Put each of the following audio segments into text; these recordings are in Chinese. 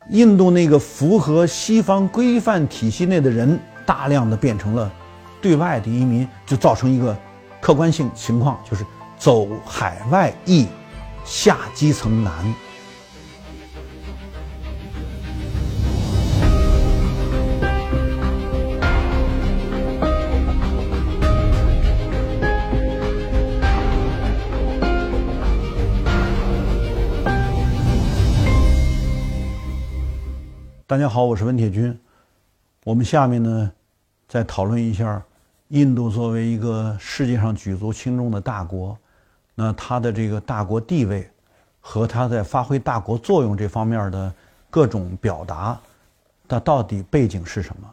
印度那个符合西方规范体系内的人，大量的变成了对外的移民，就造成一个客观性情况，就是走海外易，下基层难。大家好，我是文铁军。我们下面呢，再讨论一下印度作为一个世界上举足轻重的大国，那它的这个大国地位和它在发挥大国作用这方面的各种表达，它到底背景是什么？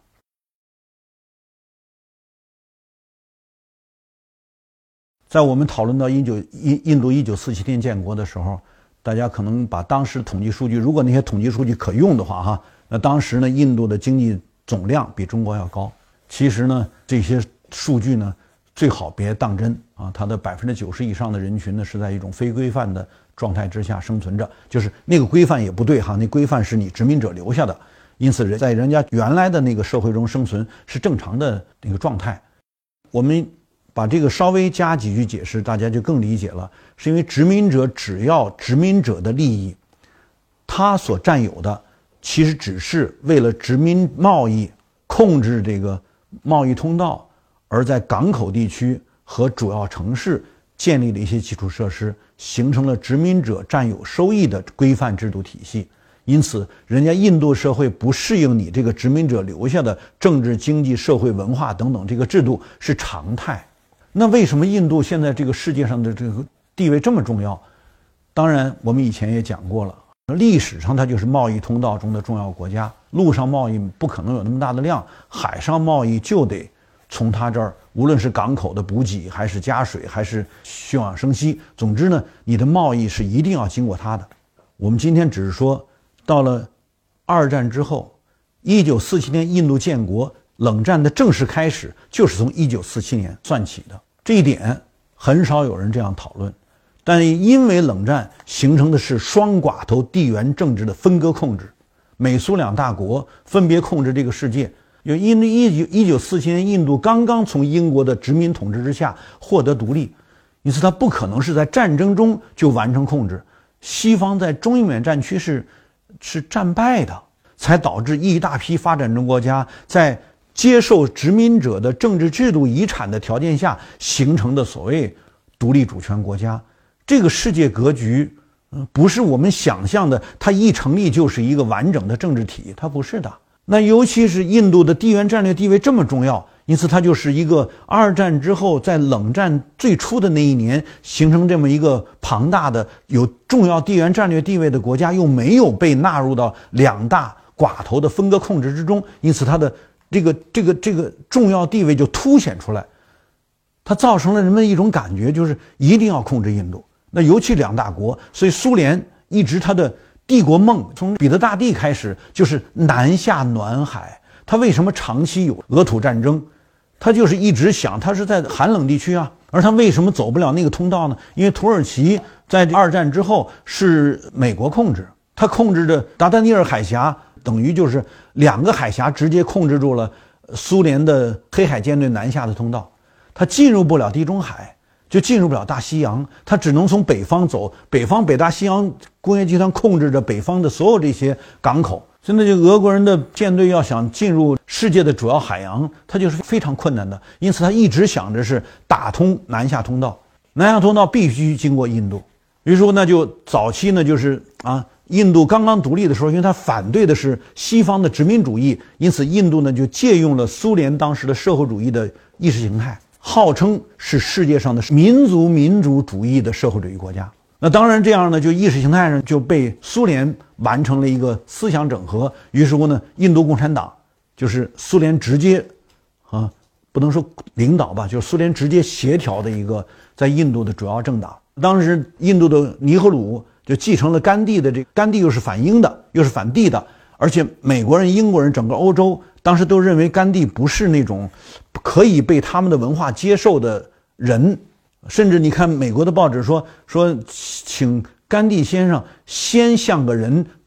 在我们讨论到印度1947年建国的时候，大家可能把当时统计数据，如果那些统计数据可用的话，那当时呢，印度的经济总量比中国要高。其实呢，这些数据呢，最好别当真啊。它的90%以上的人群呢，是在一种非规范的状态之下生存着，就是那个规范也不对那规范是你殖民者留下的，因此在人家原来的那个社会中生存是正常的那个状态。我们把这个稍微加几句解释，大家就更理解了。是因为殖民者只要殖民者的利益，他所占有的其实只是为了殖民贸易控制这个贸易通道，而在港口地区和主要城市建立了一些基础设施，形成了殖民者占有收益的规范制度体系。因此人家印度社会不适应你这个殖民者留下的政治、经济、社会、文化等等这个制度是常态。那为什么印度现在这个世界上的这个地位这么重要？当然我们以前也讲过了，历史上它就是贸易通道中的重要国家，陆上贸易不可能有那么大的量，海上贸易就得从它这儿，无论是港口的补给，还是加水，还是休养生息，总之呢，你的贸易是一定要经过它的。我们今天只是说，到了二战之后，1947年印度建国，冷战的正式开始就是从1947年算起的，这一点很少有人这样讨论。但因为冷战形成的是双寡头地缘政治的分割控制，美苏两大国分别控制这个世界。因为1947年印度刚刚从英国的殖民统治之下获得独立，因此它不可能是在战争中就完成控制。西方在中英缅战区是战败的，才导致一大批发展中国家在接受殖民者的政治制度遗产的条件下形成的所谓独立主权国家。这个世界格局不是我们想象的，它一成立就是一个完整的政治体，它不是的。那尤其是印度的地缘战略地位这么重要，因此它就是一个二战之后在冷战最初的那一年形成这么一个庞大的有重要地缘战略地位的国家，又没有被纳入到两大寡头的分割控制之中，因此它的这个重要地位就凸显出来，它造成了人们一种感觉，就是一定要控制印度。那尤其两大国，所以苏联一直它的帝国梦从彼得大帝开始就是南下暖海。它为什么长期有俄土战争？它就是一直想它是在寒冷地区啊，而它为什么走不了那个通道呢？因为土耳其在二战之后是美国控制，它控制着达达尼尔海峡，等于就是两个海峡直接控制住了苏联的黑海舰队南下的通道，它进入不了地中海，就进入不了大西洋，它只能从北方走，北大西洋工业集团控制着北方的所有这些港口。现在这俄国人的舰队要想进入世界的主要海洋，它就是非常困难的，因此他一直想着是打通南下通道，南下通道必须经过印度。于是说那就早期呢就是印度刚刚独立的时候，因为他反对的是西方的殖民主义，因此印度呢就借用了苏联当时的社会主义的意识形态，号称是世界上的民主主义的社会主义国家。那当然这样呢，就意识形态上就被苏联完成了一个思想整合。于是乎呢，印度共产党就是苏联直接不能说领导吧，就是苏联直接协调的一个在印度的主要政党。当时印度的尼赫鲁就继承了甘地的甘地又是反英的，又是反帝的，而且美国人、英国人、整个欧洲当时都认为甘地不是那种可以被他们的文化接受的人。甚至你看美国的报纸说请甘地先生先像个人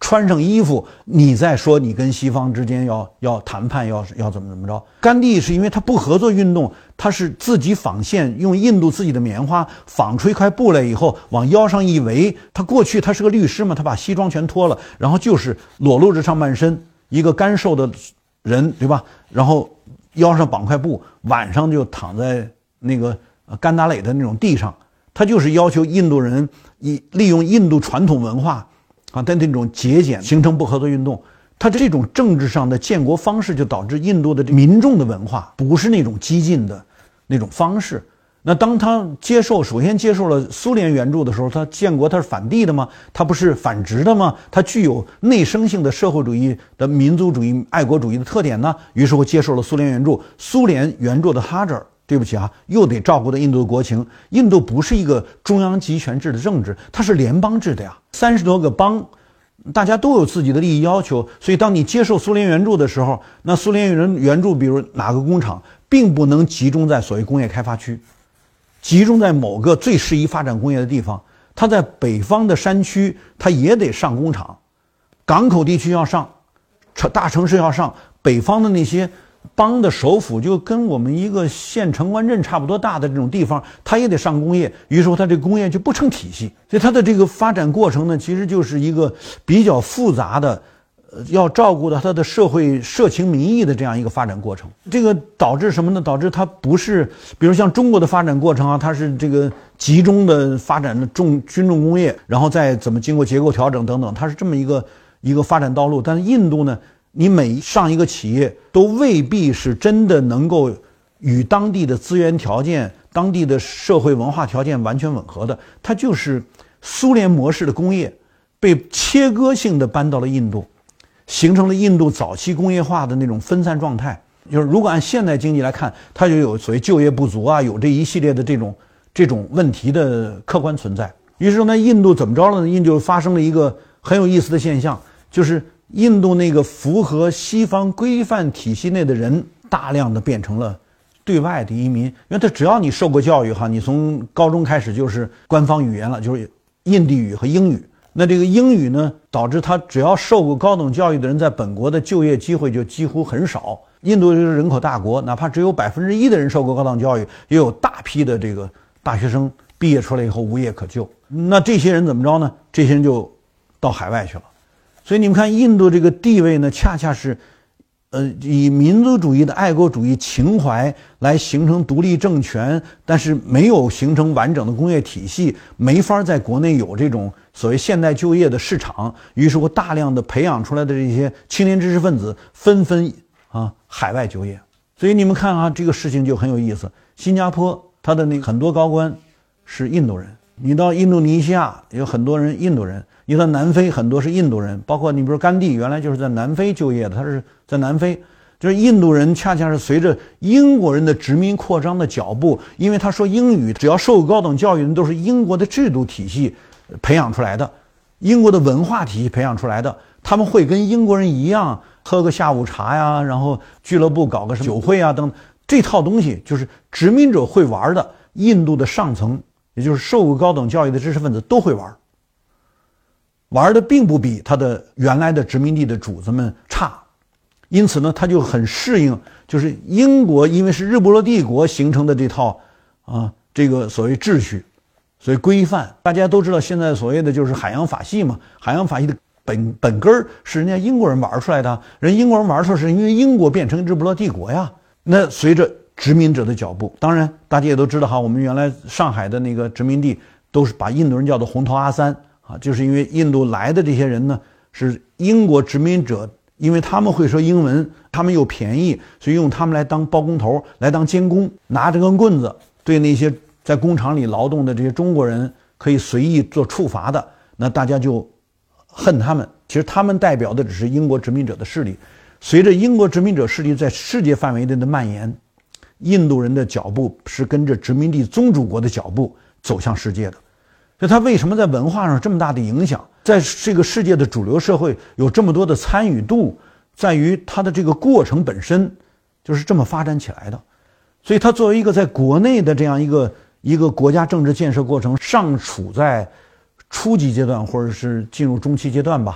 穿上衣服，你再说你跟西方之间要谈判，要怎么着。甘地是因为他不合作运动，他是自己纺线，用印度自己的棉花纺出一块布来以后，往腰上一围。他过去他是个律师嘛，他把西装全脱了，然后就是裸露着上半身，一个干瘦的人，对吧？然后腰上绑块布，晚上就躺在那个甘达雷的那种地上。他就是要求印度人利用印度传统文化的那种节俭，形成不合作运动。他这种政治上的建国方式，就导致印度的民众的文化不是那种激进的那种方式。那当他首先接受了苏联援助的时候，他建国他是反帝的吗？他不是反殖的吗？他具有内生性的社会主义的民族主义、爱国主义的特点呢？于是乎接受了苏联援助。苏联援助的他这儿，对不起啊，又得照顾到印度的国情。印度不是一个中央集权制的政治，它是联邦制的呀，30多个邦，大家都有自己的利益要求。所以当你接受苏联援助的时候，那苏联援助比如哪个工厂，并不能集中在所谓工业开发区，集中在某个最适宜发展工业的地方。它在北方的山区，它也得上工厂，港口地区要上，大城市要上。北方的那些邦的首府就跟我们一个县城关镇差不多大的这种地方，它也得上工业，于是它这个工业就不成体系。所以它的这个发展过程呢，其实就是一个比较复杂的，要照顾到它的社会社情民意的这样一个发展过程。这个导致什么呢？导致它不是比如像中国的发展过程啊，它是这个集中的发展的军重工业，然后再怎么经过结构调整等等，它是这么一个发展道路。但是印度呢，你每上一个企业都未必是真的能够与当地的资源条件、当地的社会文化条件完全吻合的，它就是苏联模式的工业被切割性的搬到了印度，形成了印度早期工业化的那种分散状态。就是如果按现代经济来看，它就有所谓就业不足啊，有这一系列的这种问题的客观存在。于是呢，印度怎么着了呢？印度发生了一个很有意思的现象，就是印度那个符合西方规范体系内的人，大量的变成了对外的移民。因为他只要你受过教育哈，你从高中开始就是官方语言了，就是印地语和英语。那这个英语呢，导致他只要受过高等教育的人，在本国的就业机会就几乎很少。印度是人口大国，哪怕只有1%的人受过高等教育，也有大批的这个大学生毕业出来以后无业可就。那这些人怎么着呢？这些人就到海外去了。所以你们看，印度这个地位呢，恰恰是，以民族主义的爱国主义情怀来形成独立政权，但是没有形成完整的工业体系，没法在国内有这种所谓现代就业的市场。于是乎，大量的培养出来的这些青年知识分子纷纷海外就业。所以你们看啊，这个事情就很有意思。新加坡它的很多高官是印度人，你到印度尼西亚有很多人印度人。你到南非很多是印度人，包括你比如甘地原来就是在南非就业的，他是在南非。就是印度人恰恰是随着英国人的殖民扩张的脚步，因为他说英语，只要受高等教育的人都是英国的制度体系培养出来的，英国的文化体系培养出来的，他们会跟英国人一样喝个下午茶呀，然后俱乐部搞个什么酒会啊等，这套东西就是殖民者会玩的，印度的上层也就是受过高等教育的知识分子都会玩的并不比他的原来的殖民地的主子们差。因此呢，他就很适应，就是英国因为是日不落帝国形成的这套这个所谓秩序，所谓规范。大家都知道现在所谓的就是海洋法系嘛，海洋法系的本根是人家英国人玩出来的，英国人玩出来是因为英国变成日不落帝国呀。那随着殖民者的脚步，当然大家也都知道哈，我们原来上海的那个殖民地都是把印度人叫做红头阿三就是因为印度来的这些人呢，是英国殖民者，因为他们会说英文，他们又便宜，所以用他们来当包工头，来当监工，拿着根棍子对那些在工厂里劳动的这些中国人可以随意做处罚的，那大家就恨他们。其实他们代表的只是英国殖民者的势力。随着英国殖民者势力在世界范围内的蔓延，印度人的脚步是跟着殖民地宗主国的脚步走向世界的。所以他为什么在文化上这么大的影响，在这个世界的主流社会有这么多的参与度，在于他的这个过程本身就是这么发展起来的。所以他作为一个在国内的这样一个国家政治建设过程尚处在初级阶段或者是进入中期阶段吧，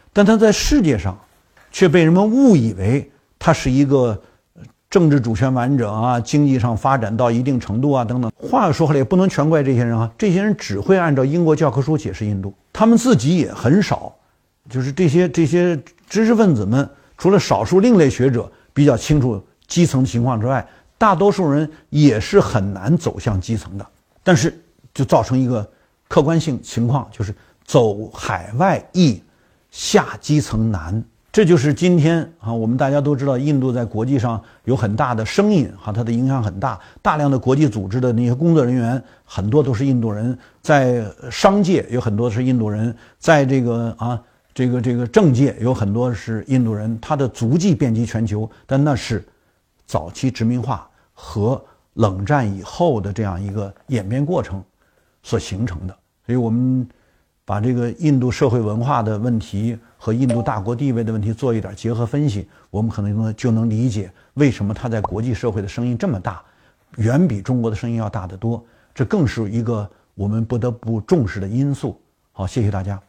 但它在世界上却被人们误以为它是一个政治主权完整啊，经济上发展到一定程度啊等等。话又说回来，也不能全怪这些人啊，这些人只会按照英国教科书解释印度，他们自己也很少，就是这些知识分子们，除了少数另类学者比较清楚基层情况之外，大多数人也是很难走向基层的。但是就造成一个客观性情况，就是走海外易，下基层难。这就是今天啊，我们大家都知道，印度在国际上有很大的声音哈，它的影响很大，大量的国际组织的那些工作人员很多都是印度人，在商界有很多是印度人，在这个政界有很多是印度人，他的足迹遍及全球，但那是早期殖民化和冷战以后的这样一个演变过程所形成的。所以我们把这个印度社会文化的问题和印度大国地位的问题做一点结合分析，我们可能就能理解为什么它在国际社会的声音这么大，远比中国的声音要大得多。这更是一个我们不得不重视的因素。好，谢谢大家。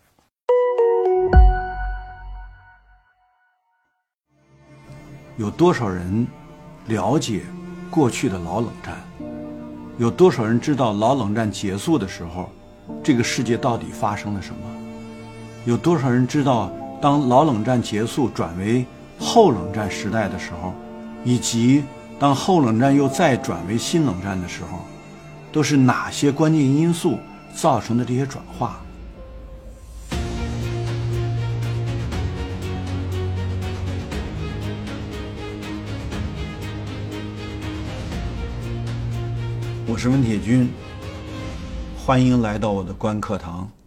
有多少人了解过去的老冷战？有多少人知道老冷战结束的时候，这个世界到底发生了什么？有多少人知道当老冷战结束转为后冷战时代的时候，以及当后冷战又再转为新冷战的时候，都是哪些关键因素造成的这些转化？我是温铁军，欢迎来到我的观课堂。